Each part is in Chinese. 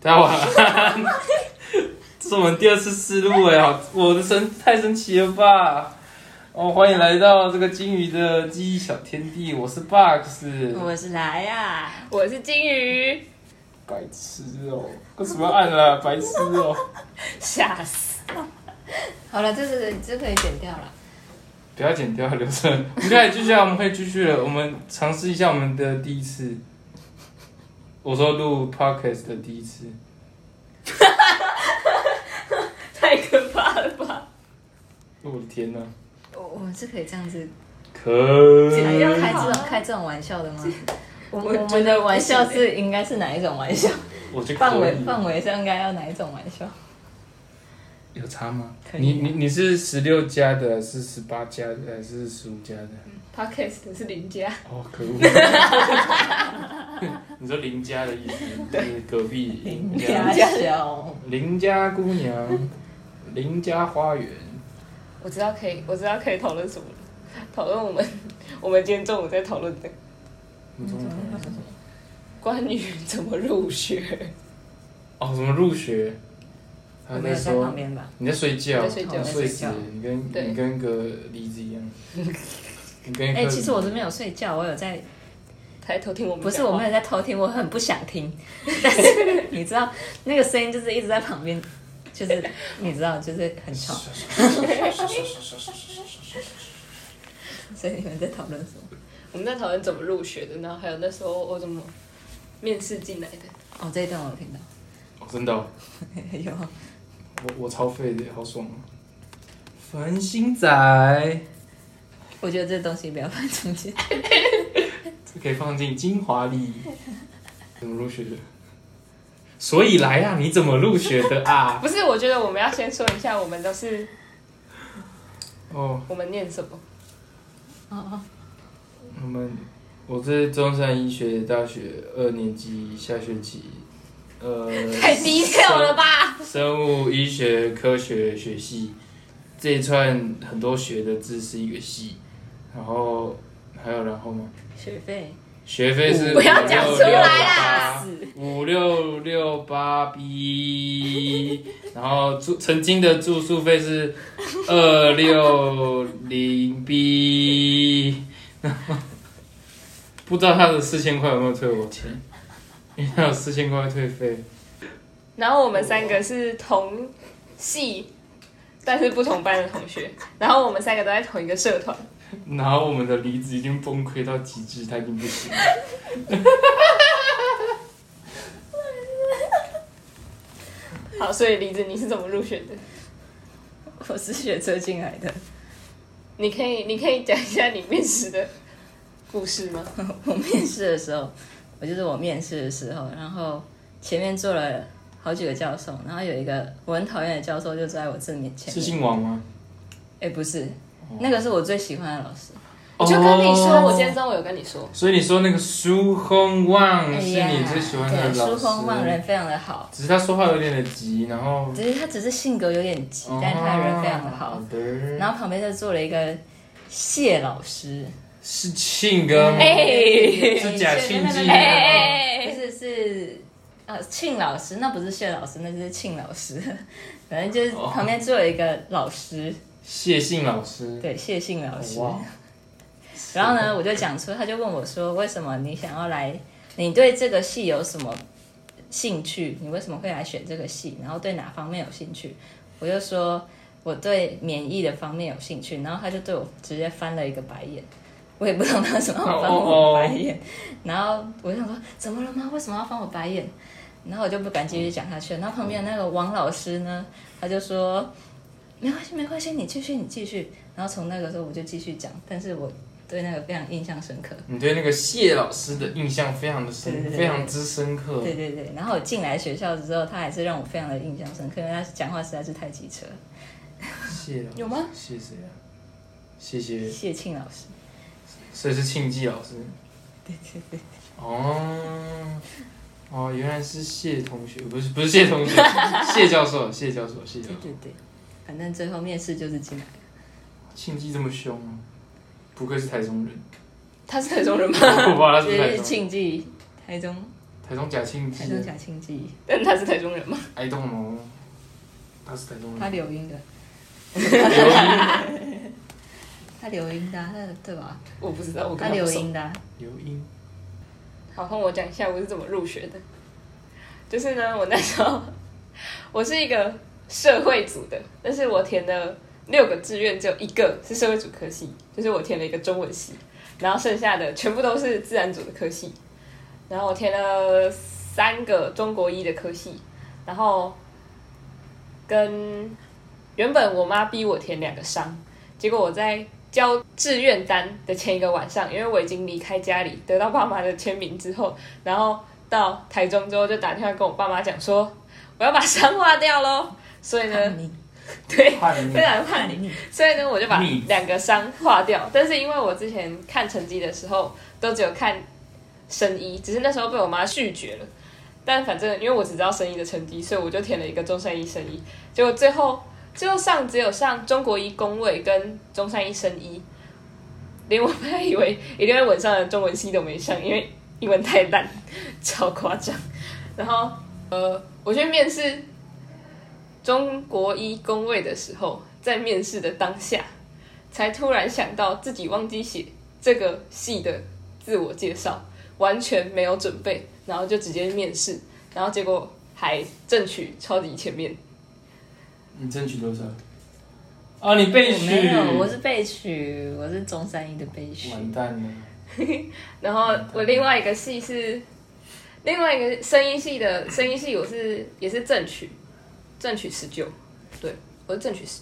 大家晚安。这是我们第2次试录哎，我的太神奇了吧！欢迎来到这个金鱼的记忆小天地，我是 Box， 我是来呀， 我是金鱼。 白痴哦，为什么要按了？白痴哦， 吓死！ 好了，这可以剪掉了。 不要剪掉，留着。我们可以继续啊，我们可以继续了。我们尝试一下我们的第一次。我说录 podcast 的第一次。 太可怕了吧！ 我的天哪！ 我们是可以这样子， 可要开这种玩笑的吗？我们的玩笑应该是哪一种玩笑？ 我就范围上应该要哪一种玩笑？ 有差吗？你是16加的，还是18加的，还是15加的 ？Podcast 是0加。 哦，可恶！你说邻家的意思，就是隔壁邻家小邻家姑娘，邻家花园。 我知道可以讨论什么了，讨论我们今天中午在讨论的。关于怎么入学。 哦，怎么入学？ 我没有在旁边吧？ 你在睡觉， 睡死，你跟个梨子一样。 其实我这边有睡觉，我有在偷听我们。 不是，我没有在偷听，我很不想听。但是你知道，那个声音就是一直在旁边，就是你知道，就是很吵。所以你们在讨论什么？ 我们在讨论怎么入学的，然后还有那时候我怎么面试进来的。 哦，这一段我有听到。 哦，真的哦。 有。 我超废的，好爽啊！繁星仔。 我觉得这东西不要放中间。 这可以放进精华里。怎么入学的？所以来啊，你怎么入学的啊？ 不是，我觉得我们要先说一下，我们都是。 哦。 我们念什么？ 我是中山医学大学2年级下学期， 太低调了吧！ 生物医学科学学系，这一串很多学的字是一个系，然后还有然后吗？学费是不要讲出来啦 5668B， 然后曾经的住宿费是260B， 不知道他的4000块有没有退我钱，因为他有4000块退费。 然后我们3个是同系，但是不同班的同学，然后我们3个都在同一个社团。 然后我们的梨子已经崩溃到极致，他已经不行了。 好，所以梨子你是怎么入学的？ 我是学车进来的。 你可以讲一下你面试的故事吗？ 我面试的时候，我面试的时候，然后前面坐了好几个教授，然后有一个我很讨厌的教授就在我正面前面。 是姓王吗？ 不是，那个是我最喜欢的老师。 我就跟你说，我今天中午有跟你说。 所以你说那个苏洪旺是你最喜欢的老师？ 苏洪旺人非常的好， 只是他说话有点的急，然后他只是性格有点急，但是他人非常的好。然后旁边就坐了一个谢老师， 是庆哥吗？是贾庆记， 是庆老师，那不是谢老师，那就是庆老师。反正就是旁边坐了一个老师， 谢姓老师， 对，谢姓老师。然后呢，我就讲出，他就问我说：“为什么你想要来？你对这个系有什么兴趣？你为什么会来选这个系？然后对哪方面有兴趣？”我就说我对免疫的方面有兴趣，然后他就对我直接翻了一个白眼。我也不懂他为什么要翻我白眼。然后我就想说：“怎么了吗？为什么要翻我白眼？”然后我就不敢继续讲下去了。然后旁边那个王老师呢，他就说：“没关系，你继续。”然后从那个时候我就继续讲，但是我对那个非常印象深刻。 你对那个谢老师的印象非常的深，非常之深刻。 对。然后我进来学校之后，他还是让我非常的印象深刻，因为他讲话实在是太机车。 谢老师有吗？ 谢谁啊？谢庆老师。 所以是庆记老师。 对。 原来是谢同学，不是谢同学，谢教授。对。 反正最后面试就是进来了。 庆记这么凶啊！不愧是台中人。 他是台中人吗？ 我不知道他是台中人。 就是庆记台中台中假庆记。 台中假庆记。 但他是台中人吗 ？I don't know。他是台中人。 他留音的。 留音。 他留音的，对吧？ 我不知道，我他留音的。 留音。 好，跟我讲一下我是怎么入学的。就是呢，我那时候我是一个社会组的，但是我填的6个志愿只有1个是社会组科系，就是我填了一个中文系，然后剩下的全部都是自然组的科系。然后我填了3个中国医的科系，然后跟原本我妈逼我填2个商，结果我在交志愿单的前一个晚上，因为我已经离开家里，得到爸妈的签名之后，然后到台中之后就打电话跟我爸妈讲说，我要把商划掉咯。所以呢，对，非常叛逆。所以呢，我就把2个商划掉。但是因为我之前看成绩的时候，都只有看生医，只是那时候被我妈拒绝了。但反正因为我只知道生医的成绩，所以我就填了一个中山医生医。结果最后只有上中国医工卫跟中山医生医，连我本来以为一定会稳上的中文系都没上，因为英文太烂，超夸张。然后我去面试中国医工卫的时候，在面试的当下，才突然想到自己忘记写这个系的自我介绍，完全没有准备，然后就直接面试，然后结果还正取超级前面。 你争取多少？啊，你备取？ 没有，我是备取，我是中山医的备取。 完蛋了。 然后我另外一个系是另外一个生医系的生医系，也是正取19，对，我是正取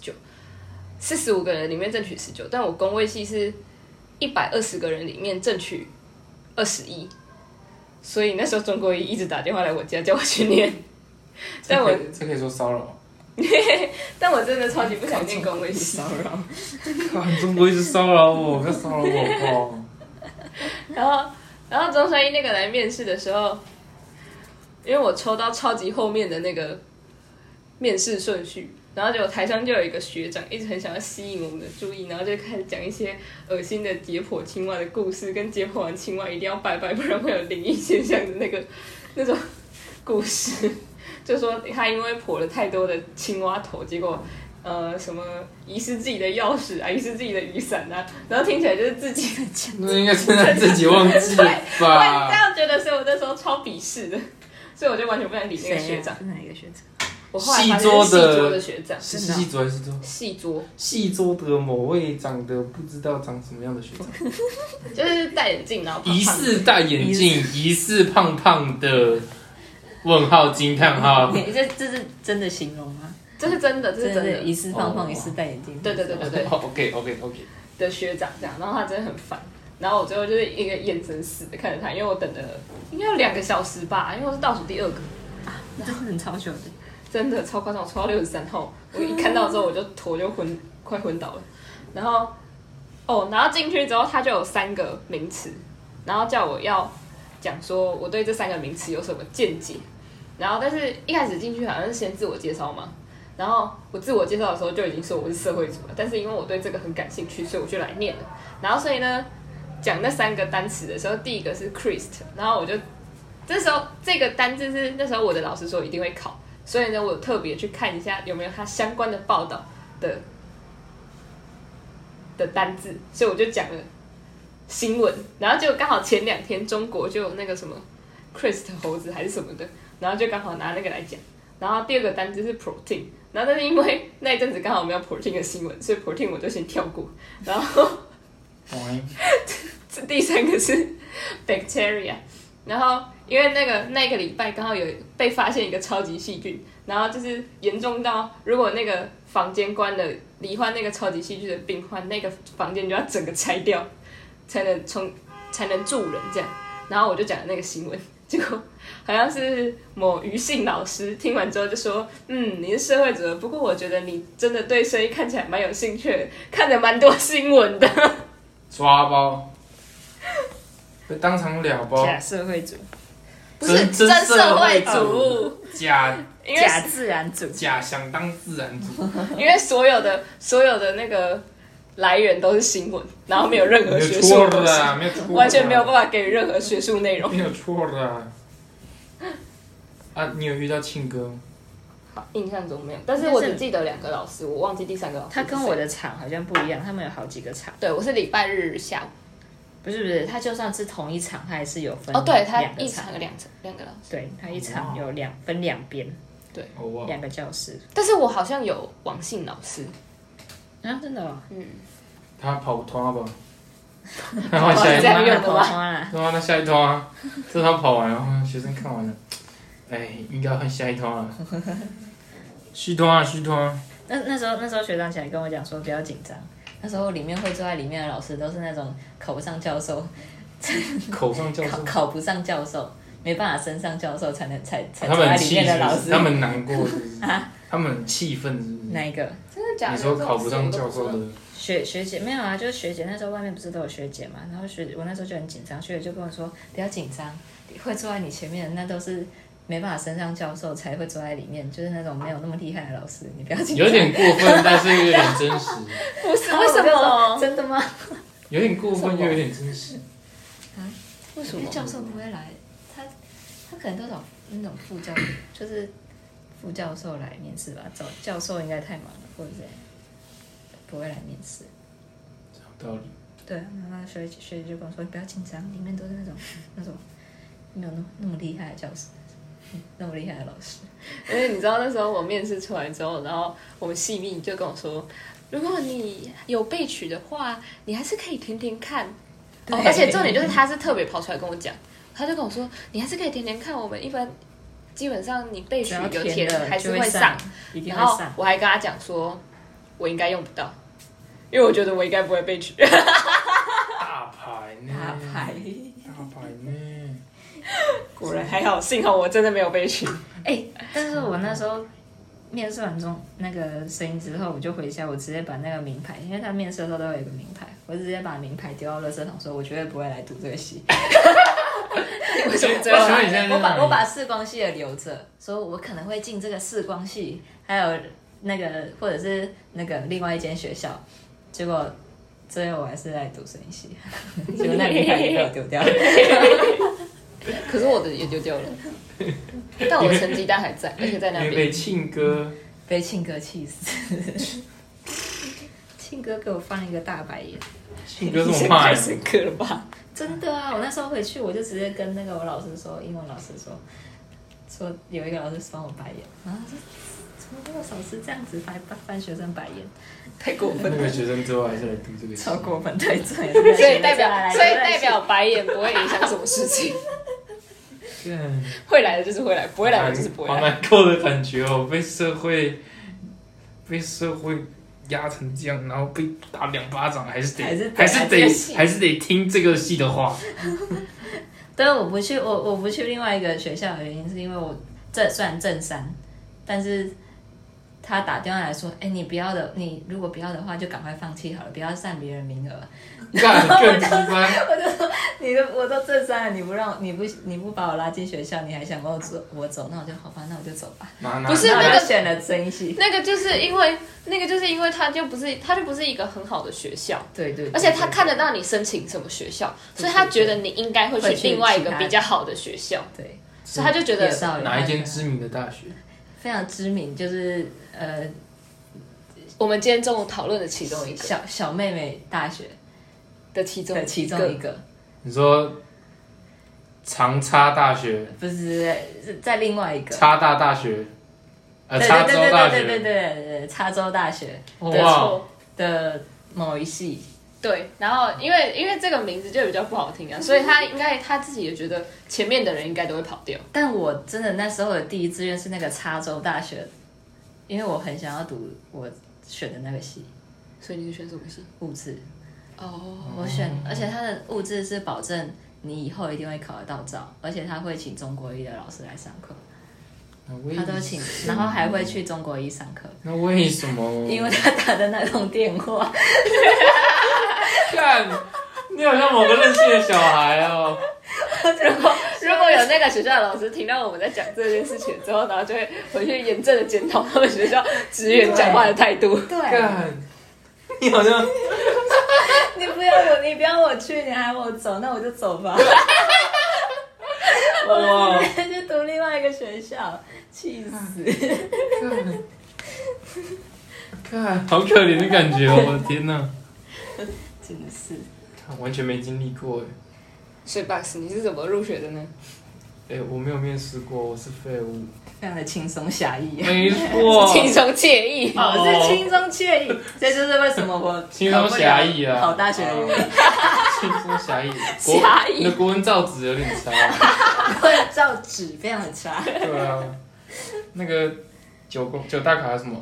19，45个人里面正取19，但我工卫系是120个人里面正取21，所以那时候中国医一直打电话来我家叫我去念，但我这可以说骚扰。 但我真的超级不想念工卫系， 骚扰。 看中国一直骚扰我，不要骚扰我吧。然后中山医那个来面试的时候，因为我抽到超级后面的那个面试顺序，然后结果台上就有一个学长一直很想要吸引我们的注意，然后就开始讲一些恶心的解剖青蛙的故事，跟解剖完青蛙一定要拜拜，不然会有灵异现象的那种故事。就说他因为剖了太多的青蛙头，结果什么遗失自己的钥匙啊，遗失自己的雨伞啊，然后听起来就是自己的讲。 那应该是他自己忘记了吧？ 我也这样觉得，所以我那时候超鄙视的，所以我就完全不想理那个学长。 是哪一个学长？ 我后来发现是戏桌的学长。 是戏桌还是桌？ 戏桌。 戏桌的某位长得不知道长什么样的学长， 就是戴眼镜，然后胖胖疑似戴眼镜，疑似胖胖的。问号惊叹号， 这是真的形容吗？ 这是真的，这是真的。 疑似胖胖，疑似戴眼镜。 对。 OK 的学长这样，然后他真的很烦，然后我最后就是一个眼神死的看着他，因为我等了应该有2个小时吧，因为我是倒数第2个啊，真的很超久的， 真的超夸张，我抽到63号，我一看到之后我就头就快昏倒了，然后进去之后他就有3个名词，然后叫我要讲说我对这3个名词有什么见解。然后，但是一开始进去好像是先自我介绍嘛，然后我自我介绍的时候就已经说我是社会组了，但是因为我对这个很感兴趣，所以我就来念了。然后所以呢，讲那3个单词的时候，第一个是 Christ， 然后我就这时候这个单字是那时候我的老师说一定会考，所以呢，我特别去看一下有没有它相关的报道的单字，所以我就讲了新闻，然后就刚好前2天中国就有那个什么 Christ 猴子还是什么的。然后就刚好拿那个来讲，然后第2个单字是 protein， 然后但是因为那一阵子刚好没有 protein 的新闻，所以 protein 我就先跳过。然后第3个是 bacteria， 然后因为那个礼拜刚好有被发现一个超级细菌，然后就是严重到如果那个房间关了，罹患那个超级细菌的病患，那个房间就要整个拆掉，才能住人这样。然后我就讲了那个新闻。结果好像是某余姓老师听完之后就说：“你是社会组的，不过我觉得你真的对生意看起来蛮有兴趣的，看着蛮多新闻的。” 抓包，被当场了包。 假社会组， 不是真社会组， 假自然组， 假想当自然组。 因为所有的那个来源都是新闻，然后没有任何学术的， 没有错的， 完全没有办法给予任何学术内容。 没有错的。 啊，你有遇到庆哥吗？ 好，印象中没有，但是我只记得2个老师，我忘记第3个老师。 他跟我的场好像不一样，他们有好几个场。 对，我是礼拜日下午。 不是，他就算是同一场，他还是有分对，他两个一场有2个老师。 对，他一场有分2边， 对 ，2个教室。 但是我好像有王姓老师啊，真的哦。 他跑团了吧？他换下一这样团， 用的吗？ 对啊，那下一团啊，这他跑完，然后学生看完了，应该换下一团了。续团啊，续团。 那时候学长起来跟我讲说不要紧张。那时候里面会坐在里面的老师都是那种考不上教授， 口上教授考不上教授，没办法升上教授才他们坐在里面的老师。 他们难过是不是？他们很气愤是不是？ 哪一个？ 真的假的？ 你说考不上教授的学姐没有啊，就是学姐那时候外面不是都有学姐嘛，然后我那时候就很紧张，学姐就跟我说不要紧张，会坐在你前面的那都是没办法升上教授才会坐在里面，就是那种没有那么厉害的老师，你不要紧张。 有点过分，但是又有点真实。 不是为什么？ 真的吗？ 有点过分又有点真实。 为什么教授不会来？他可能都找那种副教，就是副教授来面试吧。找教授应该太忙了，或者是不会来面试。 有道理。 对啊，然后学姐就跟我说不要紧张，里面都是那种没有那么厉害的教师。那么厉害的老师， 因为你知道那时候我面试出来之后，然后我们系秘就跟我说，如果你有备取的话，你还是可以填填看。而且重点就是他是特别跑出来跟我讲，他就跟我说，你还是可以填填看，我们一般基本上你备取有填还是会上， 一定会然后上。 我还跟他讲说，我应该用不到，因为我觉得我应该不会备取。 大牌呢？ 大牌呢？ 果然还好，幸好我真的没有被取。 但是我那时候面试完那个声音之后，我就回家，我直接把那个名牌，因为他面试的时候都有一个名牌，我直接把名牌丢到垃圾桶，说我绝对不会来读这个系。 为什么这样？ 我把视光系的留着，说我可能会进这个视光系，还有那个或者是那个另外一间学校，结果最后我还是来读声音系，结果那名牌也被我丢掉了。 可是我的也丢掉了，但我的成绩单还在，而且在那边。 被庆哥气死，庆哥给我翻一个大白眼。 庆哥这么怕太深刻了吧？ 真的啊！我那时候回去，我就直接跟那个我老师说，英文老师说有一个老师翻我白眼，然后说怎么那个老师这样子翻学生白眼， 太过分了。 那个学生最后还是来读这个系， 超过分，对，所以代表白眼不会影响什么事情。会来的就是会来，不会来的就是不会来。 好难过的感觉哦，被社会压成这样，然后被打2巴掌，还是得听这个戏的话。 对，我不去另外一个学校的原因是因为我虽然正3，但是他打电话来说，你如果不要的话，就赶快放弃好了，不要占别人名额。 干更鸡掰！ 我就说我都正3了，你不把我拉进学校，你还想跟我走，那我就好吧，那我就走吧。 不是那个选了声音系， 那个就是因为他就不是一个很好的学校， 对， 而且他看得到你申请什么学校，所以他觉得你应该会去另外一个比较好的学校， 对， 所以他就觉得哪一间知名的大学？ 非常知名，就是我们今天中午讨论的其中一个小妹妹大学的其中一个。 你说长差大学？ 不是，在另外一个差大大学，差州大学， 对，差州大学的某一系。 对，然后因为这个名字就比较不好听啊，所以他自己也觉得前面的人应该都会跑掉。 但我真的那时候的第一志愿是那个差州大学，因为我很想要读我选的那个系。 所以你是选什么系？ 物质。 我选，而且他的物质是保证你以后一定会考得到照，而且他会请中国医的老师来上课。他都请，然后还会去中国医上课。 那为什么？ 因为他打的那通电话。 干，你好像某个任性的小孩哦。 如果有那个学校的老师听到我们在讲这件事情之后，然后就会回去严正的检讨他们学校职员讲话的态度。 对， 你好像你不要我去，你还要我走，那我就走吧。 哇， 去读另外一个学校，气死！ 看，好可怜的感觉哦！我的天哪， 真的是。 完全没经历过哎。 所以 Box 你是怎么入学的呢？ 我没有面试过，我是废物。 非常的轻松侠义， 没错， 轻松惬意。 我是轻松惬意，这就是为什么我轻松侠义啊， 考大学的原因。 轻松侠义， 侠义你的国文造诣有点差。 我的造纸非常的差。 对啊，那个九大卡是什么？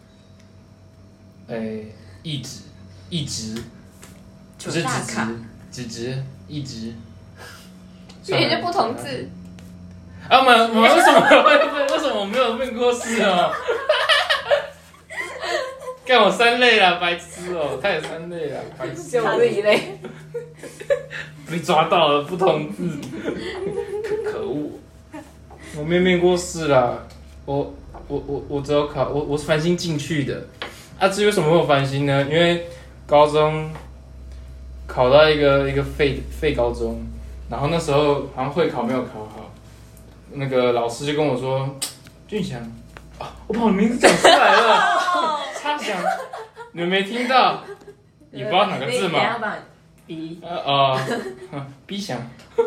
一直，不是九大卡直，一直。 因为就不同字。 啊，我们为什么我没有面过试哦？干我3类啦，白痴哦，他也3类啦，白痴。 就我是1类。 被抓到了，不同字，可恶！我没面过试啦，我只有考，我是繁星进去的。啊，至于为什么会有繁星呢？因为高中考到一个废高中，然后那时候好像会考没有考好，那个老师就跟我说：“俊祥，啊，我把我的名字讲出来了，差翔，你们没听到？你不知道哪个字吗？” B 翔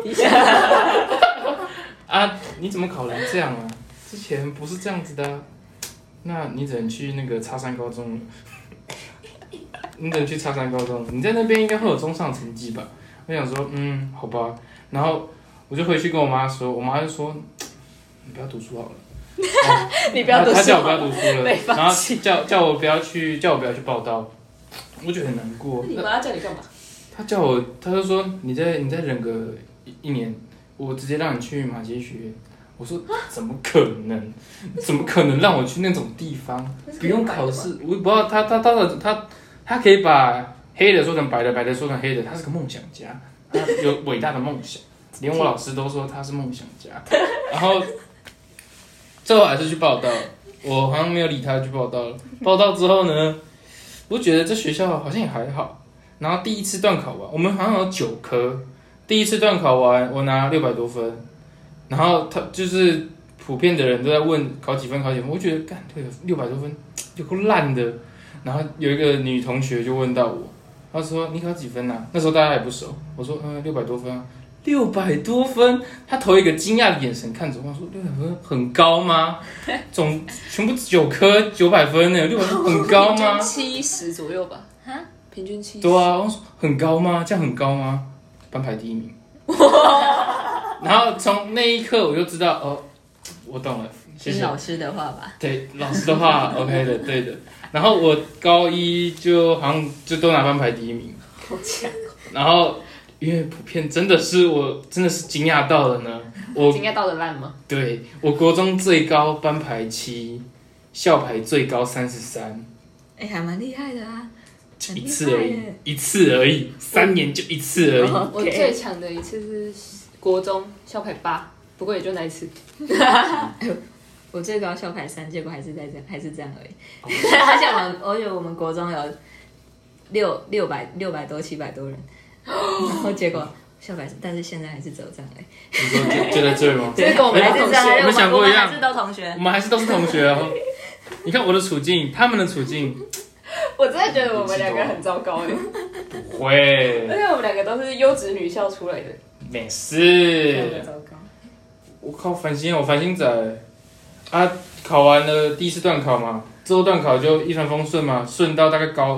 啊，你怎么考成这样啊？之前不是这样子的啊，那你只能去那个叉山高中了。你只能去叉山高中，你在那边应该会有中上成绩吧？我想说，好吧，然后我就回去跟我妈说，我妈就说，你不要读书好了。 你不要读书， 她叫我不要读书了，然后叫我不要去报到，我觉得很难过。 你妈叫你干嘛？ 他叫我，他就说你再忍个一年，我直接让你去马偕学院。我说怎么可能？怎么可能让我去那种地方？不用考试，我也不知道他可以把黑的说成白的，白的说成黑的。他是个梦想家，他有伟大的梦想，连我老师都说他是梦想家。然后最后还是去报到，我好像没有理他，去报到了。报到之后呢，我觉得这学校好像也还好。然后第一次段考完，我们好像有9科，第一次段考完，我拿600多分。然后他就是普遍的人都在问考几分，我觉得干对600多分有够烂的。然后有一个女同学就问到我，她说你考几分啊？那时候大家也不熟，我说600多分啊，600多分。她投一个惊讶的眼神看着我，说600分很高吗？全部9科900分呢，600分很高吗 ？70左右吧，平均70。 对啊，我说很高吗？这样很高吗？班排第1名。然后从那一刻我就知道，哦，我懂了，谢谢。 听老师的话吧。 对，老师的话 ，OK 的，对的。然后我高1就好像就都拿班排第1名。 好强。 然后因为普遍真的是惊讶到了呢。我惊讶到的烂吗？ 对，我国中最高班排7，校排最高33。 还蛮厉害的啊。 一次而已，3年就一次而已。 我最强的一次是国中校排8，不过也就那一次。 我最高校排3，结果还是这样而已。而且我觉得我们国中有600多700多人，然后结果校排，但是现在还是只有这样而已。 你说就在这儿吗？ 这跟我们还是这样， 我们想过一样， 我们还是都同学。 我们还是都是同学哦。你看我的处境，他们的处境。 我真的觉得我们2个很糟糕哎。 不会。 而且我们2个都是优质女校出来的。 没事。 糟糕。 我靠，繁星仔啊！考完了第1次段考嘛，之后段考就一帆风顺嘛，顺到大概高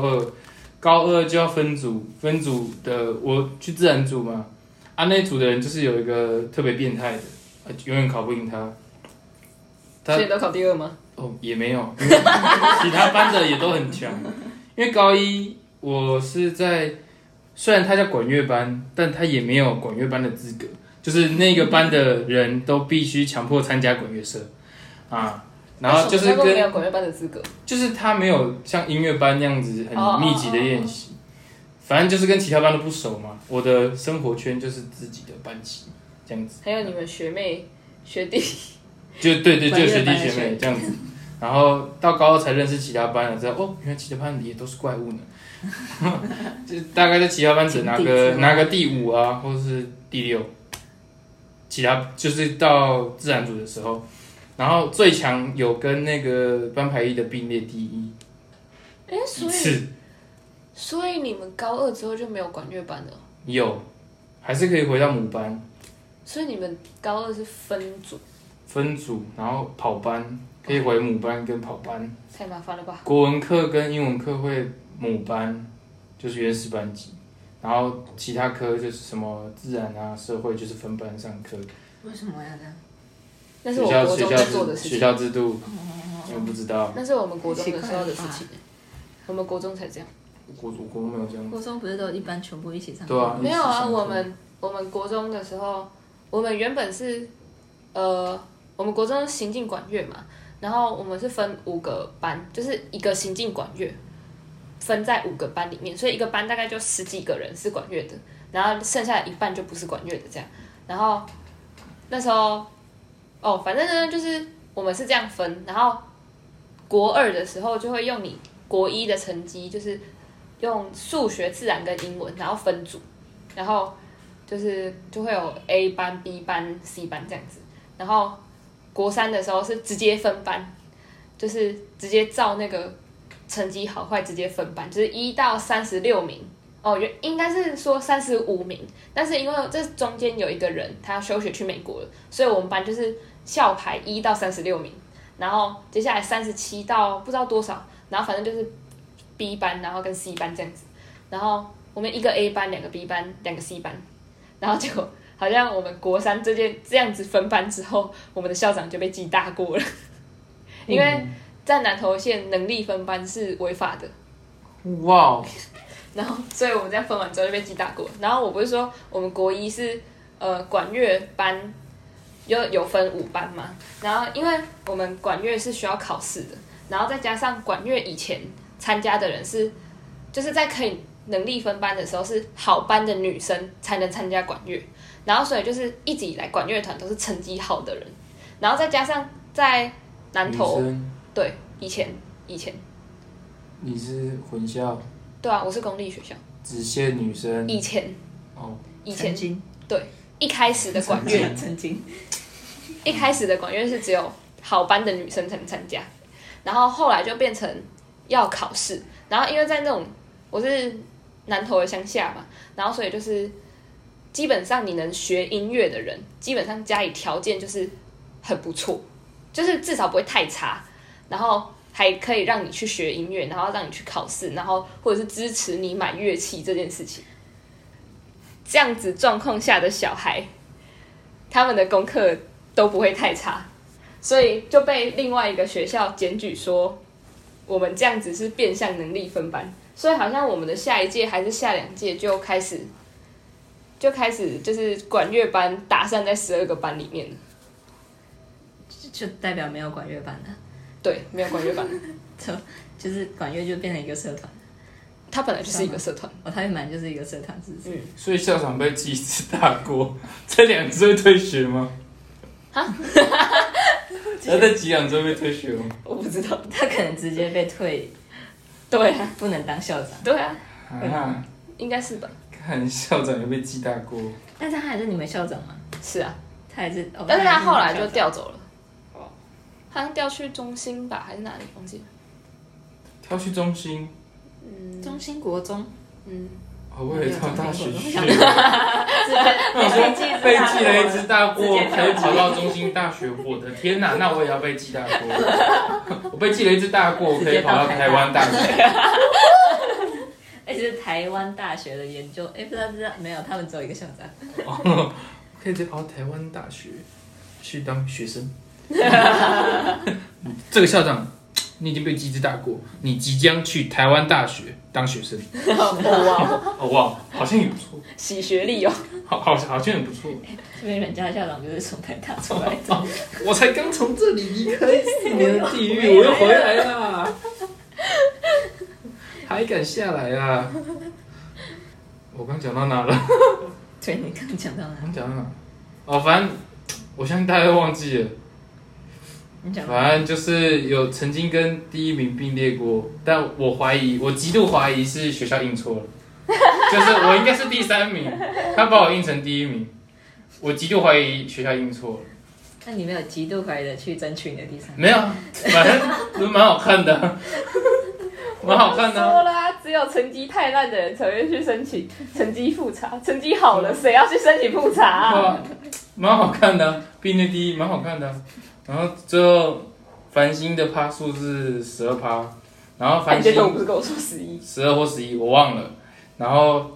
2就要分组的我去自然组嘛，啊那一组的人就是有一个特别变态的，永远考不赢他。 所以都考第2吗？ 哦，也没有，其他班的也都很强。因为高1我是在，虽然他叫管乐班，但他也没有管乐班的资格，就是那个班的人都必须强迫参加管乐社啊。然后就是没有管乐班的资格， 就是他没有像音乐班那样子很密集的练习，反正就是跟其他班都不熟嘛。我的生活圈就是自己的班级这样子。 还有你们学妹学弟， 就对，就学弟学妹这样子。然后到高2才认识其他班了，知道哦，原来其他班里也都是怪物呢。就大概在其他班只拿个第5啊，或者是第6， 其他就是到自然组的时候，然后最强有跟那个班排一的并列第一， 所以你们高二之后就没有管乐班了？ 有，还是可以回到母班。 所以你们高二是分组， 然后跑班可以回母班跟跑班。 太麻烦了吧？ 国文课跟英文课会母班，就是原始班级，然后其他科就是什么自然啊、社会就是分班上课。 为什么要这样？ 那是我国中在做的事情。 学校制度，我不知道。 那是我们国中的时候的事情，我们国中才这样。 国中没有这样。 国中不是都一班全部一起上课？ 对啊， 没有啊，我们国中的时候，我们原本是我们国中是行进管乐嘛，然后我们是分5个班，就是一个行进管乐分在5个班里面，所以一个班大概就10几个人是管乐的，然后剩下的一半就不是管乐的这样。然后那时候反正呢就是我们是这样分，然后国2的时候就会用你国1的成绩，就是用数学、自然跟英文，然后分组，然后就会有 A 班、B 班、C 班这样子。然后国3的时候是直接分班，就是直接照那个成绩好坏直接分班，就是1到36名。应该是说35名，但是因为这中间有一个人他休学去美国了，所以我们班就是校排1到36名，然后接下来37到不知道多少，然后反正就是 B 班，然后跟 C 班这样子，然后我们一个 A 班，2个 B 班，2个 C 班，然后结果好像我们国3这样子分班之后，我们的校长就被记大过了，因为在南投县能力分班是违法的。 哇！ 然后，所以我们这样分完之后就被记大过。然后我不是说我们国1是管乐班有分5班嘛，然后因为我们管乐是需要考试的，然后再加上管乐以前参加的人就是在可以能力分班的时候是好班的女生才能参加管乐，然后所以就是一直以来管乐团都是成绩好的人，然后再加上在南投，对，以前你是混校？ 对啊，我是公立学校， 只限女生。 以前对，一开始的管乐曾经， 一开始的管乐是只有好班的女生才能参加，然后后来就变成要考试，然后因为在那种我是南投的乡下嘛，然后所以就是基本上你能学音乐的人，基本上家里条件就是很不错，就是至少不会太差，然后还可以让你去学音乐，然后让你去考试，然后或者是支持你买乐器这件事情。这样子状况下的小孩，他们的功课都不会太差，所以就被另外一个学校检举说，我们这样子是变相能力分班，所以好像我们的下一届还是下2届就开始就是管乐班打散在12个班里面了， 就代表没有管乐班了。 对，没有管乐班， 就是管乐就变成一个社团。 它本来就是一个社团， 它本来就是一个社团，是不是？ 所以校长被记一次大过，这2次会退学吗？他在几2次被退学吗？ 我不知道， 他可能直接被退， 对啊， 不能当校长， 对啊， 应该是吧？ 看校长也被记大过， 但是他还是你们校长吗？ 是啊， 他还是， 但是他后来就调走了，好像调去中心吧，还是哪里忘记了？ 调去中心。 中心国中， 我也到大学去， 被记了一只大过，可以跑到中心大学，我的天哪，那我也要被记大过。我被记了一只大过，我可以跑到台湾大学。 这是台湾大学的研究，不知道没有，他们只有一个校长。 可以直接跑到台湾大学去当学生。这个校长。你已经被记之大过，你即将去台湾大学当学生。哇，好像也不错， 洗学历哦， 好像也不错。 这边人家校长就是从台大出来的， 我才刚从这里离开4年的地狱，我又回来啦，还敢下来啊？我刚讲到哪了？ 对，你刚讲到哪？ 刚讲到哪？反正我相信大家都忘记了。反正就是有曾经跟第1名并列过，但我极度怀疑是学校印错了，就是我应该是第3名，他把我印成第1名。 我极度怀疑学校印错了。 那你没有极度怀疑的去争取你的第3？ 没有，反正蛮好看的、啊，蛮好看的、啊。 说啦，只有成绩太烂的人才会去申请成绩复查，成绩好了谁要去申请复查啊？ 蛮好看的、啊，毕业第一蛮好看的、啊。然后最后繁星的趴数是12%，然后繁星我不是跟我说 12或11，我忘了。然后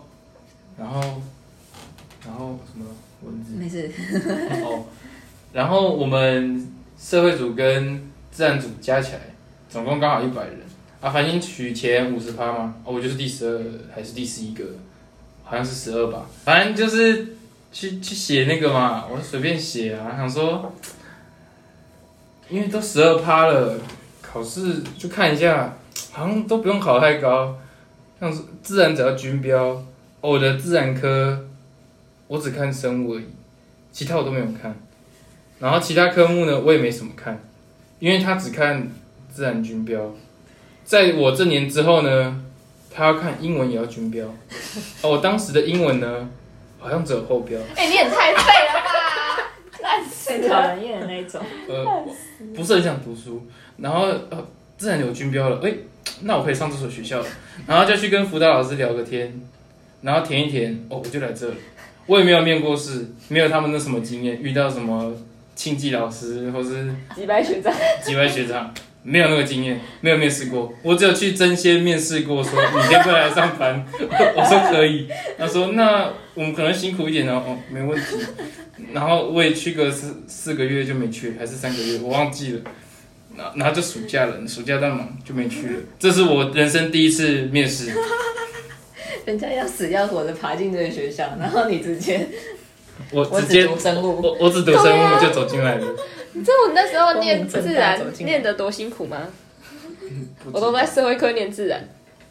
什么文字？ 没事。 哦，然后我们社会组跟自然组加起来，总共刚好100人啊。繁星取前50%嘛，哦，我就是第12还是第11个，好像是12吧。反正就是去写那个嘛，我随便写啊，想说，因为都12%了，考试就看一下，好像都不用考太高，像是自然只要均标，我的自然科我只看生物而已，其他我都没有看。然后其他科目呢，我也没什么看，因为他只看自然均标。在我这年之后呢，他要看英文也要均标。我当时的英文呢，好像只有后标。 你也太废了吧，烂死最讨了。 人厌的那一种。 不是很想读书，然后自然有均标了，那我可以上这所学校了，然后就去跟辅导老师聊个天，然后填一填，我就来这了。我也没有面过试，没有他们的什么经验，遇到什么庆忌老师或是几百学长， 几位学长，没有那个经验，没有面试过，我只有去争先面试过，说你可不可以来上班？我说可以，他说那我们可能辛苦一点哦，没问题。然后我也去个4个月就没去，还是3个月，我忘记了。然后就暑假了，暑假在忙就没去了。这是我人生第一次面试。 人家要死要活的爬进这个学校，然后你直接我只读生物， 我只读生物就走进来了。 你知道我那时候念自光然明正大走进来念得多辛苦吗？我都在社会科念自然。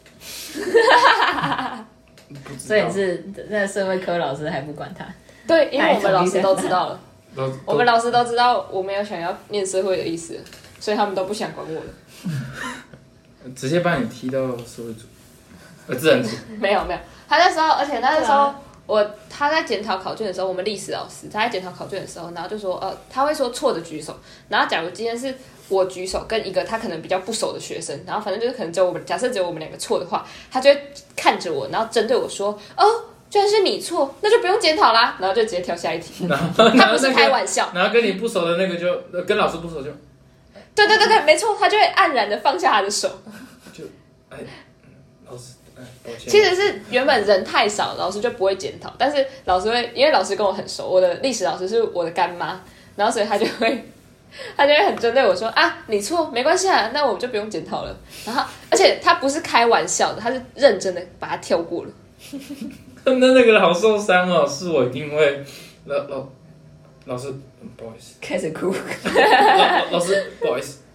所以是那社会科老师还不管他。 对，因为我们老师都知道了，我们老老师都知道我没有想要念社会的意思了，所以他们都不想管我了。 直接把你踢到社会组，自然组。 没有，他那时候，而且那时候他在检讨考卷的时候，我们历史老师他在检讨考卷的时候，然后就说他会说错的举手，然后假如今天是我举手跟一个他可能比较不熟的学生，然后反正就是可能假设只有我们2个错的话，他就会看着我，然后针对我说居然是你错，那就不用检讨啦，然后就直接跳下一题。他不是开玩笑， 然后跟你不熟的那个就跟老师不熟就， 对，没错，他就会黯然的放下他的手。 就老师抱歉。 其实是原本人太少，老师就不会检讨，但是老师会，因为老师跟我很熟，我的历史老师是我的干妈，然后所以他就会很针对我说你错没关系啊，那我就不用检讨了。然后而且他不是开玩笑的，他是认真的把它跳过了。 那个人好受伤哦，是我一定会老师不好意思， 开始哭。 老师不好意思。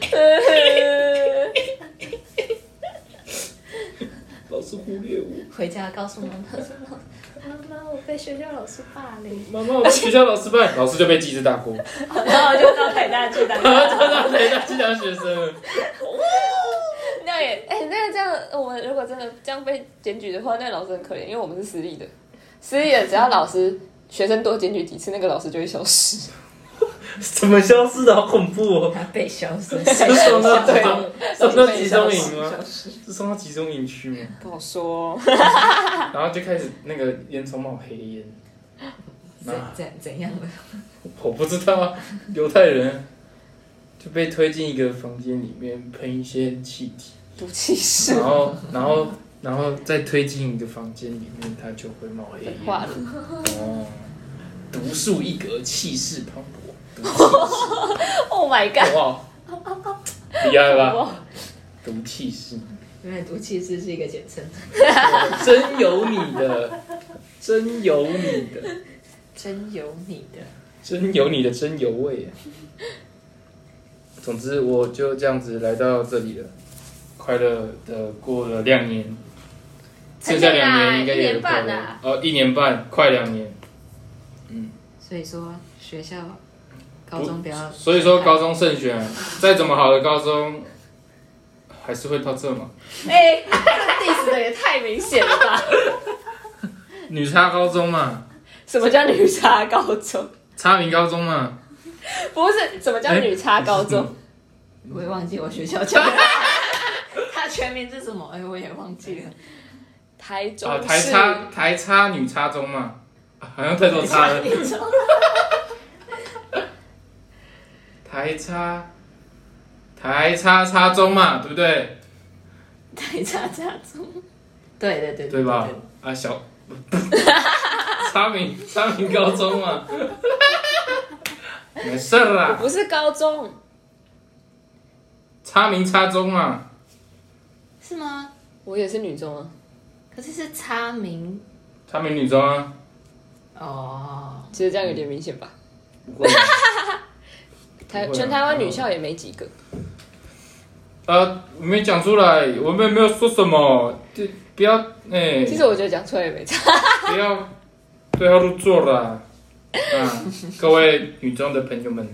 老师忽略我。 回家告诉妈妈说：“妈妈，我被学校老师霸凌。” 妈妈，我被学校老师霸凌，老师就被记事大锅， 然后就到台大去当。 就到台大去当学生了。 那也那个这样，我们如果真的这样被检举的话，那个老师很可怜，因为我们是私立的，只要老师学生多检举几次，那个老师就会消失。 怎么消失的？好恐怖哦！ 他被消失， 是送到集中营吗？ 消失是送到集中营去吗？ 不好说。 然后就开始那个烟囱冒黑烟。 怎样的？ 我不知道啊，犹太人就被推进一个房间里面，喷一些气体， 毒气室。 然后再推进一个房间里面，它就会冒黑烟。 化了。 哦，独树一格，气势磅礴。 Oh my god！ 哇，厉害吧？毒气室。 原来毒气室是一个简称。 真有你的，真有你的， 真有你的， 真有你的真有味。总之，我就这样子来到这里了，快乐的过了2年，剩下2年应该也快乐。1年半，快2年。 所以说学校高中不要。 所以说高中慎选，再怎么好的高中，还是会到这嘛。 diss 的也太明显了吧？ 女差高中嘛。 什么叫女差高中？ 差明高中嘛？ 不是，什么叫女差高中？ 我也忘记我学校叫它全名是什么？我也忘记了。 台中啊， 市台差女差中嘛，好像太多差了。台差中嘛，对不对？ 台差中，对， 对吧？啊，差明高中嘛，没事啦。 不是高中， 差明差中嘛， 是吗？ 我也是女中啊。 可是是差明差明女中啊。 哦， 其实这样有点明显吧？ 不会全台湾女校也没几个。 没讲出来，我们没有说什么，不要其实我觉得讲出来也没差。 不要对号入座啦。各位女中的朋友们，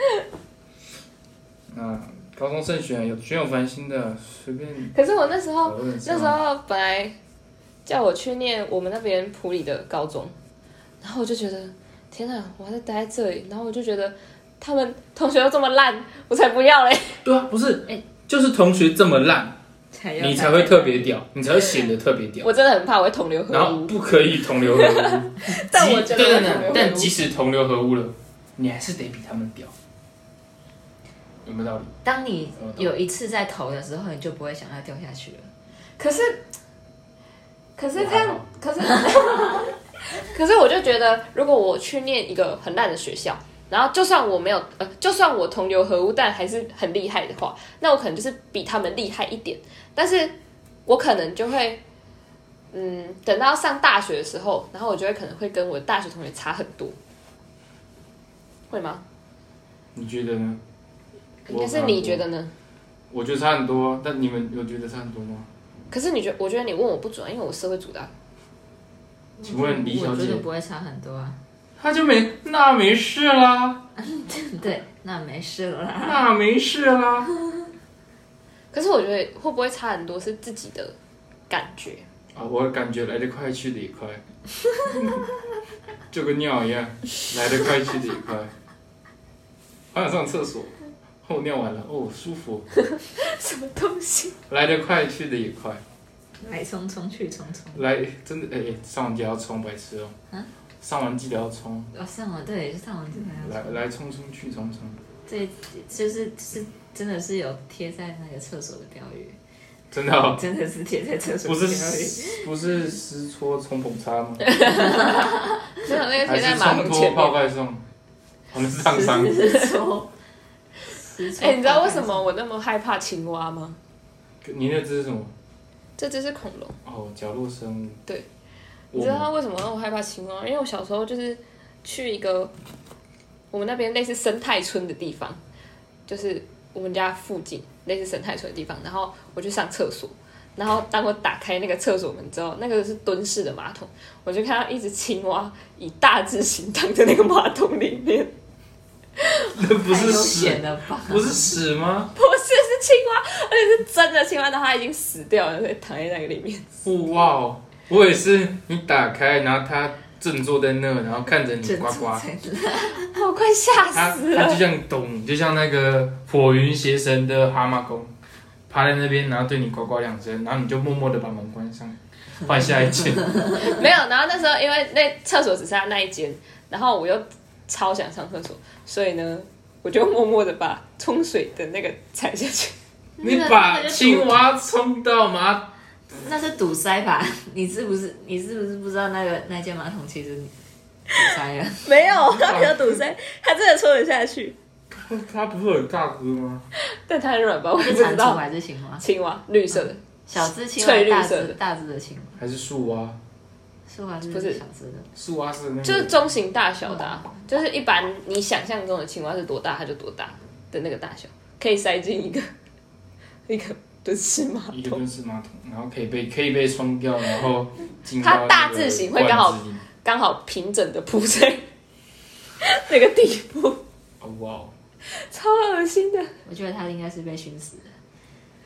高中胜选有繁星的，随便。 可是我那时候上本来叫我去念我们那边埔里的高中，然后我就觉得天哪，我还在待在这里，然后我就觉得他们同学都这么烂，我才不要嘞。 对啊，不是，就是同学这么烂，你才会特别屌，你才会显得特别屌。 我真的很怕我会同流合污， 然后不可以同流合污。 但我觉得对，但即使同流合污了，你还是得比他们屌，有没有道理？ 当你有一次在投的时候，你就不会想要掉下去了。 可是这样，可是我就觉得，如果我去念一个很烂的学校，然后就算我没有就算我同流合污，但还是很厉害的话，那我可能就是比他们厉害一点，但是我可能就会等到上大学的时候，然后我就会可能会跟我的大学同学差很多，会吗？ 你觉得呢？ 应该是你觉得呢？ 我觉得差很多，但你们有觉得差很多吗？ 可是我觉得你问我不准，因为我社会组的。 请问李小姐， 我觉得不会差很多啊。 他就那没事啦。 对，那没事了啦。 那没事啦。 可是我觉得会不会差很多是自己的感觉我的感觉来得快，去得也快，就跟尿一样，来得快，去得也快。好想上厕所，我尿完了，舒服。 什么东西？ 来得快，去得也快。 来匆匆去匆匆。 来，真的上完就要冲，白痴哦。上完记得要冲。 上完对，上完记得要冲。 来匆匆去匆匆。 这就是真的是有贴在那个厕所的标语。 真的哦。 真的是贴在厕所的标语。 不是湿搓冲捧擦吗？ 真的那个贴在马桶前面。还是冲脱泡盖送。那是烫伤。 湿搓。 你知道为什么我那么害怕青蛙吗？ 你那只是什么？ 这只是恐龙。 角落生物。 对。你知道他为什么让我害怕青蛙？因为我小时候就是去一个我们那边类似生态村的地方，就是我们家附近类似生态村的地方，然后我去上厕所，然后当我打开那个厕所门之后，那个是蹲式的马桶，我就看到一只青蛙以大字形躺在那个马桶里面。 那不是屎了吧？ 不是屎吗？ 不是，是青蛙，而且是真的青蛙，然后它已经死掉了，所以躺在那个里面。 哇，我也是，你打开，然后它正坐在那，然后看着你呱呱， 我快吓死了。 它就像就像那个火云邪神的蛤蟆功，趴在那边，然后对你呱呱2声，然后你就默默的把门关上，换下一间。 没有，然后那时候因为那厕所只剩下那一间，然后我又超想上厕所，所以呢，我就默默的把冲水的那个踩下去。 你把青蛙冲到马， 那是堵塞吧？你是不是不知道那间马桶其实堵塞了？ 没有，它没有堵塞，它真的冲得下去。 它不是很大只吗？ 但它很软吧？我是蟾蜍还是青蛙？ 青蛙，绿色的， 小只青蛙， 翠绿色的， 大只的青蛙， 还是树蛙？ 树蛙是不是小只的？ 树蛙是那个， 就是中型大小的，就是一般你想象中的青蛙是多大，它就多大的那个大小，可以塞进一个蹲式马桶。 一个蹲式马桶，然后可以被冲掉，然后进到它大字型会刚好平整的铺在那个地步。 哇， 超恶心的。 我觉得它应该是被熏死的。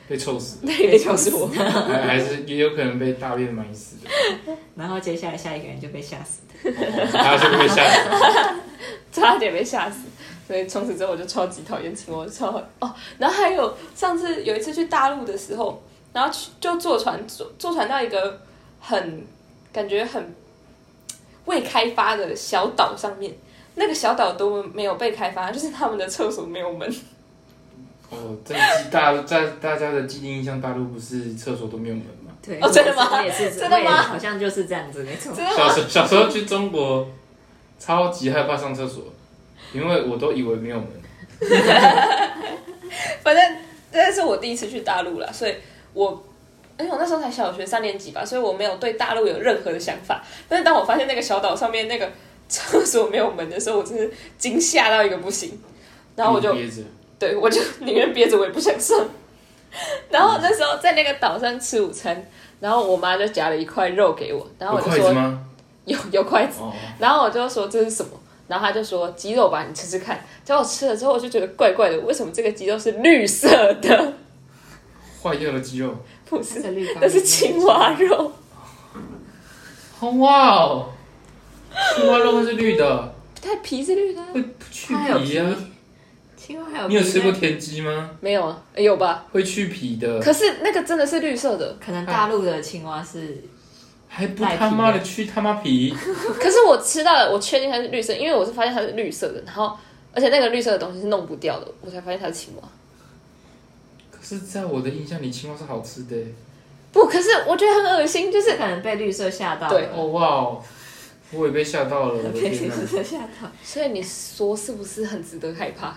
被臭死， 对，就是我。 还是也有可能被大便埋死的。 然后接下来下一个人就被吓死的。 他就被吓死， 差点被吓死。所以从此之后我就超级讨厌青蛙，哦。然后还有上次有一次去大陆的时候，然后就坐船到一个感觉很未开发的小岛上面，那个小岛都没有被开发，就是他们的厕所没有门。 哦，在大家的既定印象，大陆不是厕所都没有门吗？ 对， 哦，真的吗？ 我也是， 真的吗？ 好像就是这样子，没错。 小时候去中国，超级害怕上厕所，因为我都以为没有门。 反正这是我第一次去大陆啦，所以而且我那时候才小学3年级吧，所以我没有对大陆有任何的想法。但是当我发现那个小岛上面那个厕所没有门的时候，我真是惊吓到一个不行。然后我就憋着， 对，我就宁愿憋着，我也不想上。然后那时候在那个岛上吃午餐，然后我妈就夹了一块肉给我，然后我就说有筷子吗？ 有筷子， 哦， 然后我就说这是什么，然后他就说鸡肉吧，你吃吃看。结果我吃了之后，我就觉得怪怪的，为什么这个鸡肉是绿色的？ 坏掉的鸡肉。 不是， 那那是青蛙肉。 哇哦，青蛙肉会是绿的， 它皮是绿的啊。 会去它还有皮啊。 青蛙还有你有吃过田鸡吗？ 没有啊，有吧？ 会去皮的， 可是那个真的是绿色的。 可能大陆的青蛙是还不他妈的去他妈皮。 可是我吃到了，我确定它是绿色，因为我是发现它是绿色的，然后而且那个绿色的东西是弄不掉的，我才发现它是青蛙。 可是，在我的印象里，青蛙是好吃的。 不，可是我觉得很恶心，就是可能被绿色吓到了。 对哦哇哦，我也被吓到了，我的被绿天哪！ 色吓到。 所以你说是不是很值得害怕？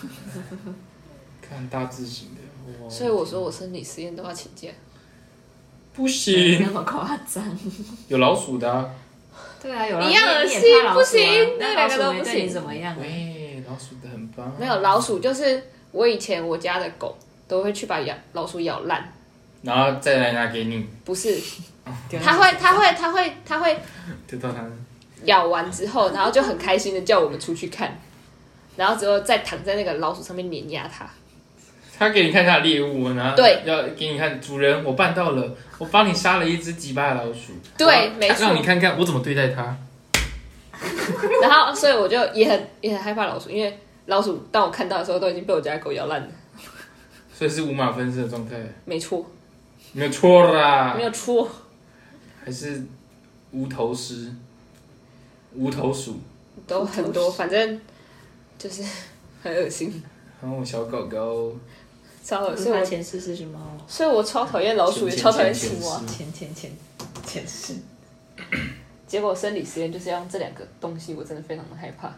看大字型的，哇！ 所以我说我生理实验都要请假。 不行， 那么夸张？ 有老鼠的啊。 对啊，有一样恶心你也怕老鼠啊不行那那两个都不行老鼠没对你怎么样啊？ 喂，老鼠的很棒。 没有老鼠，就是我以前我家的狗都会去把老鼠咬烂， 然后再来拿给你， 不是， 丢到它会得到它。 咬完之后，然后就很开心的叫我们出去看，然后之后再躺在那个老鼠上面碾压它。 他给你看他的猎物，然后对要给你看，主人，我办到了，我帮你杀了一只几巴的老鼠。 对没错让你看看我怎么对待它。 然后所以我就也很害怕老鼠，因为老鼠当我看到的时候都已经被我家狗咬烂了。 所以是五马分尸的状态， 没错， 没有错啦。 没有错， 还是无头尸、无头鼠， 都很多，反正就是很恶心， 然后小狗狗， 超恶心。 所以前世是什么？ 所以我超讨厌老鼠，也超讨厌青蛙。 前世。 结果生理实验就是要用这2个东西，我真的非常的害怕。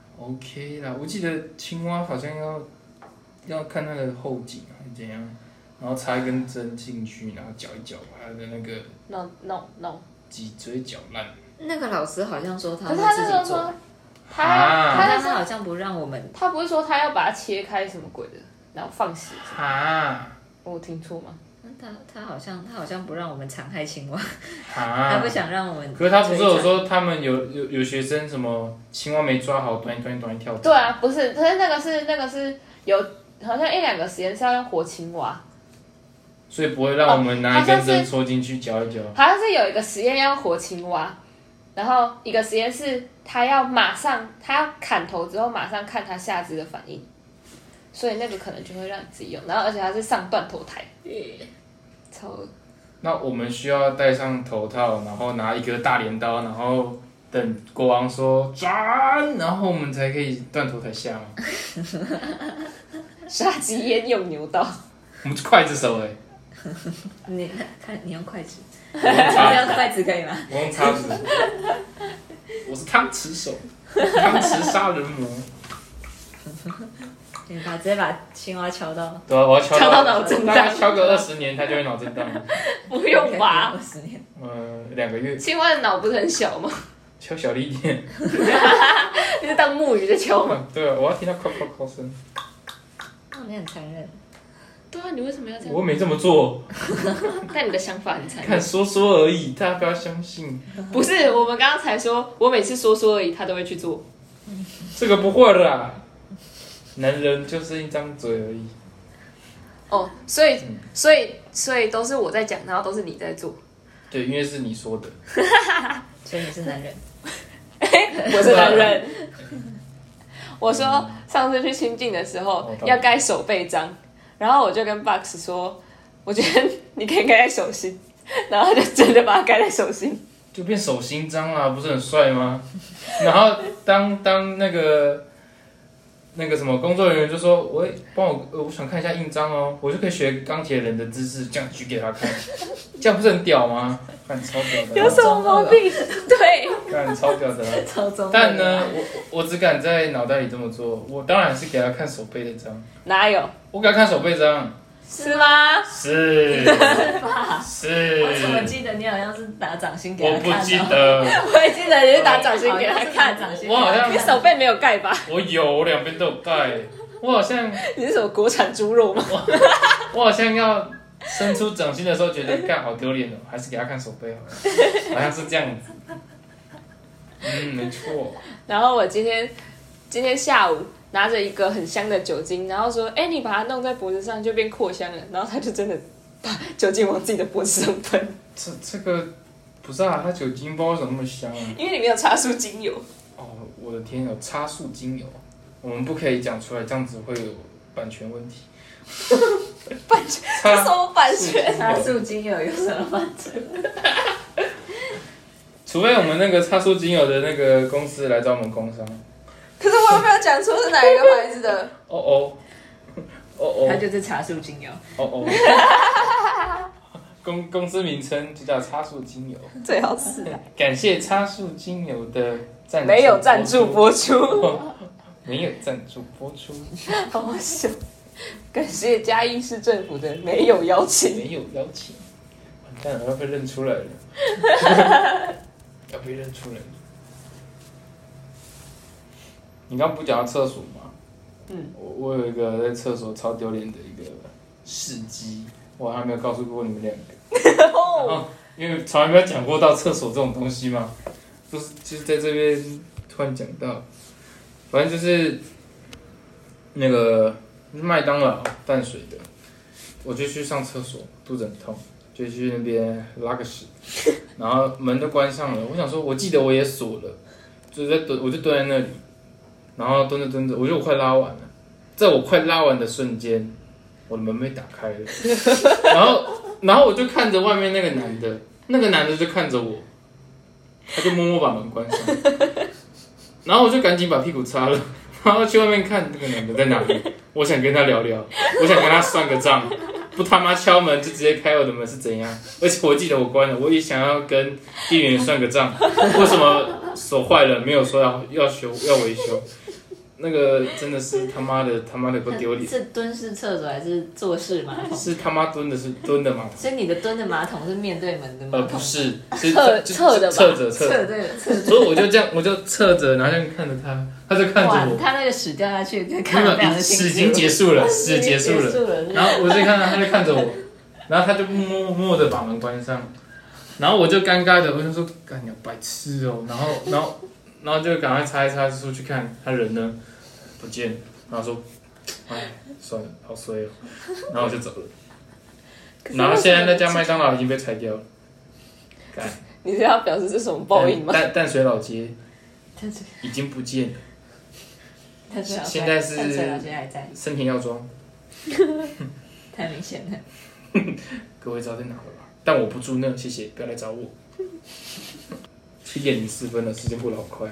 OK 啦，我记得青蛙好像要看它的后颈还是怎样，然后插一根针进去，然后搅一搅，把它的那个 No， 脊椎搅烂。 那个老师好像说他可是会他那时候自己做说，， 啊但他他那时候好像不让我们。 他不是说他要把它切开什么鬼的，然后放血？ 哈我听错吗？ 他好像不让我们残害青蛙， 哈， 他不想让我们。 可是他不是有说他们有学生什么青蛙没抓好，短一跳。 对啊，不是，可是那个是有好像1-2个实验是要用活青蛙， 所以不会让我们拿一根针戳进去搅一搅。 好像是有一个实验要用活青蛙，然后一个实验是他要砍头之后马上看他下肢的反应，所以那个可能就会让你自己用，然后而且它是上断头台，超恶。 那我们需要戴上头套，然后拿一个大镰刀，然后等国王说转，然后我们才可以断头台下吗？ 杀鸡焉用牛刀？ 我们是刽子手哎、 你看，你用筷子， 我用叉子， 你用筷子可以吗？ 我用叉子，我是汤匙手，汤匙杀人魔。 你直接把青蛙敲到。 对啊，我要敲敲到脑震荡大概敲个20年，它就会脑震荡。 不用吧？ 20年。 2个月， 青蛙的脑不是很小吗？ 敲小力一点。 你是当木鱼在敲吗？ 对啊，我要听到敲敲敲声。 哦，你很残忍。 对啊，你为什么要这样？ 我没这么做， 但你的想法很残忍。 看说说而已，大家不要相信。 不是，我们刚刚才说，我每次说说而已，他都会去做。 这个不会啦，男人就是一张嘴而已。 哦，所以都是我在讲，然后都是你在做。 对，因为是你说的。 所以你是男人。 我是男人。我说上次去清境的时候要盖手背章，然后我就跟 Box 说，我觉得你可以盖在手心，然后他就真的把它盖在手心， 就变手心章啦，不是很帅吗？然后当那个什么工作人员就说，我想看一下印章哦，我就可以学钢铁人的姿势，这样举给他看，这样不是很屌吗？看超屌的， 有什么毛病？对， 看超屌的啦。 超中。 但呢，我只敢在脑袋里这么做，我当然是给他看手背的章。 哪有？ 我给他看手背章。 是吗？ 是。 我怎么记得你好像是打掌心给他看？ 我不记得。 我也记得你是打掌心给他看， 我好像你手背没有盖吧？ 我两边都有盖。我好像你是什么国产猪肉吗？ 我好像要伸出掌心的时候，觉得干好丢脸哦，还是给他看手背好了，好像是这样子。没错。 然后我今天下午拿着一个很香的酒精，然后说：“哎，你把它弄在脖子上就变扩香了。”然后他就真的把酒精往自己的脖子上喷。 这个不是啊，它酒精不知道为什么那么香啊？ 因为里面有茶树精油。 哦，我的天，有茶树精油，我们不可以讲出来，这样子会有版权问题。 版权？这什么版权？ 茶树精油有什么版权？ 除非我们那个茶树精油的那个公司来找我们工商。 可是我有没有讲出是哪一个牌子的？ 它就是茶树精油。 公司名称就叫茶树精油。 最好是的。 感谢茶树精油的赞助。 没有赞助播出。 没有赞助播出。 好好笑。感谢嘉义市政府的没有邀请。 没有邀请。完蛋了，要被认出来了。要被认出来了。你刚不讲到厕所吗？我有一个在厕所超丢脸的一个事迹，我还没有告诉过你们两个。然后因为从来没有讲过到厕所这种东西嘛，就是在这边突然讲到，反正就是那个麦当劳淡水的，我就去上厕所，肚子很痛，就去那边拉个屎，然后门都关上了。我想说，我记得我也锁了，我就蹲在那里。然后蹲着，我觉得我快拉完了，在我快拉完的瞬间，我的门被打开了，然后我就看着外面那个男的就看着我，他就默默把门关上，然后我就赶紧把屁股擦了，然后去外面看那个男的在哪里，我想跟他聊聊，我想跟他算个账，不他妈敲门就直接开我的门是怎样？而且我记得我关了，我也想要跟店员算个账，为什么手坏了没有说要修要维修？那个真的是他妈的够丢脸。 是蹲式厕所还是坐式马桶？ 是他妈蹲的马桶。 所以你的蹲的马桶是面对门的马桶？ 不是， 侧着吧？ 侧着。所以我就这样，我就侧着，然后这样看着他，他就看着我。 他那个屎掉下去，看得非常的清楚。 屎已经结束了，屎结束了。然后我就看到他就看着我，然后他就默默的把门关上，然后我就尴尬的，我就说：“干你白痴哦！”然后就赶快擦一擦，出去看他人呢不见，然后说：“哎，算了，好衰哦。”然后我就走了。然后现在那家麦当劳已经被拆掉了。干， 你是要表示是什么报应吗？ 淡水老街已经不见了。现在是淡水老街还在。 森田药妆。 太明显了。 各位知道在哪了吧？但我不住那，谢谢，不要来找我。7:04了，时间过得好快。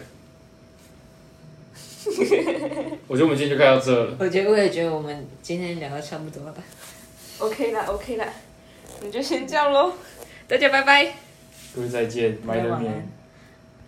我觉得我们今天就开到这了。 我也觉得我们今天聊的差不多了吧。 OK 啦，你就先这样咯，大家拜拜。 各位再见，买了面。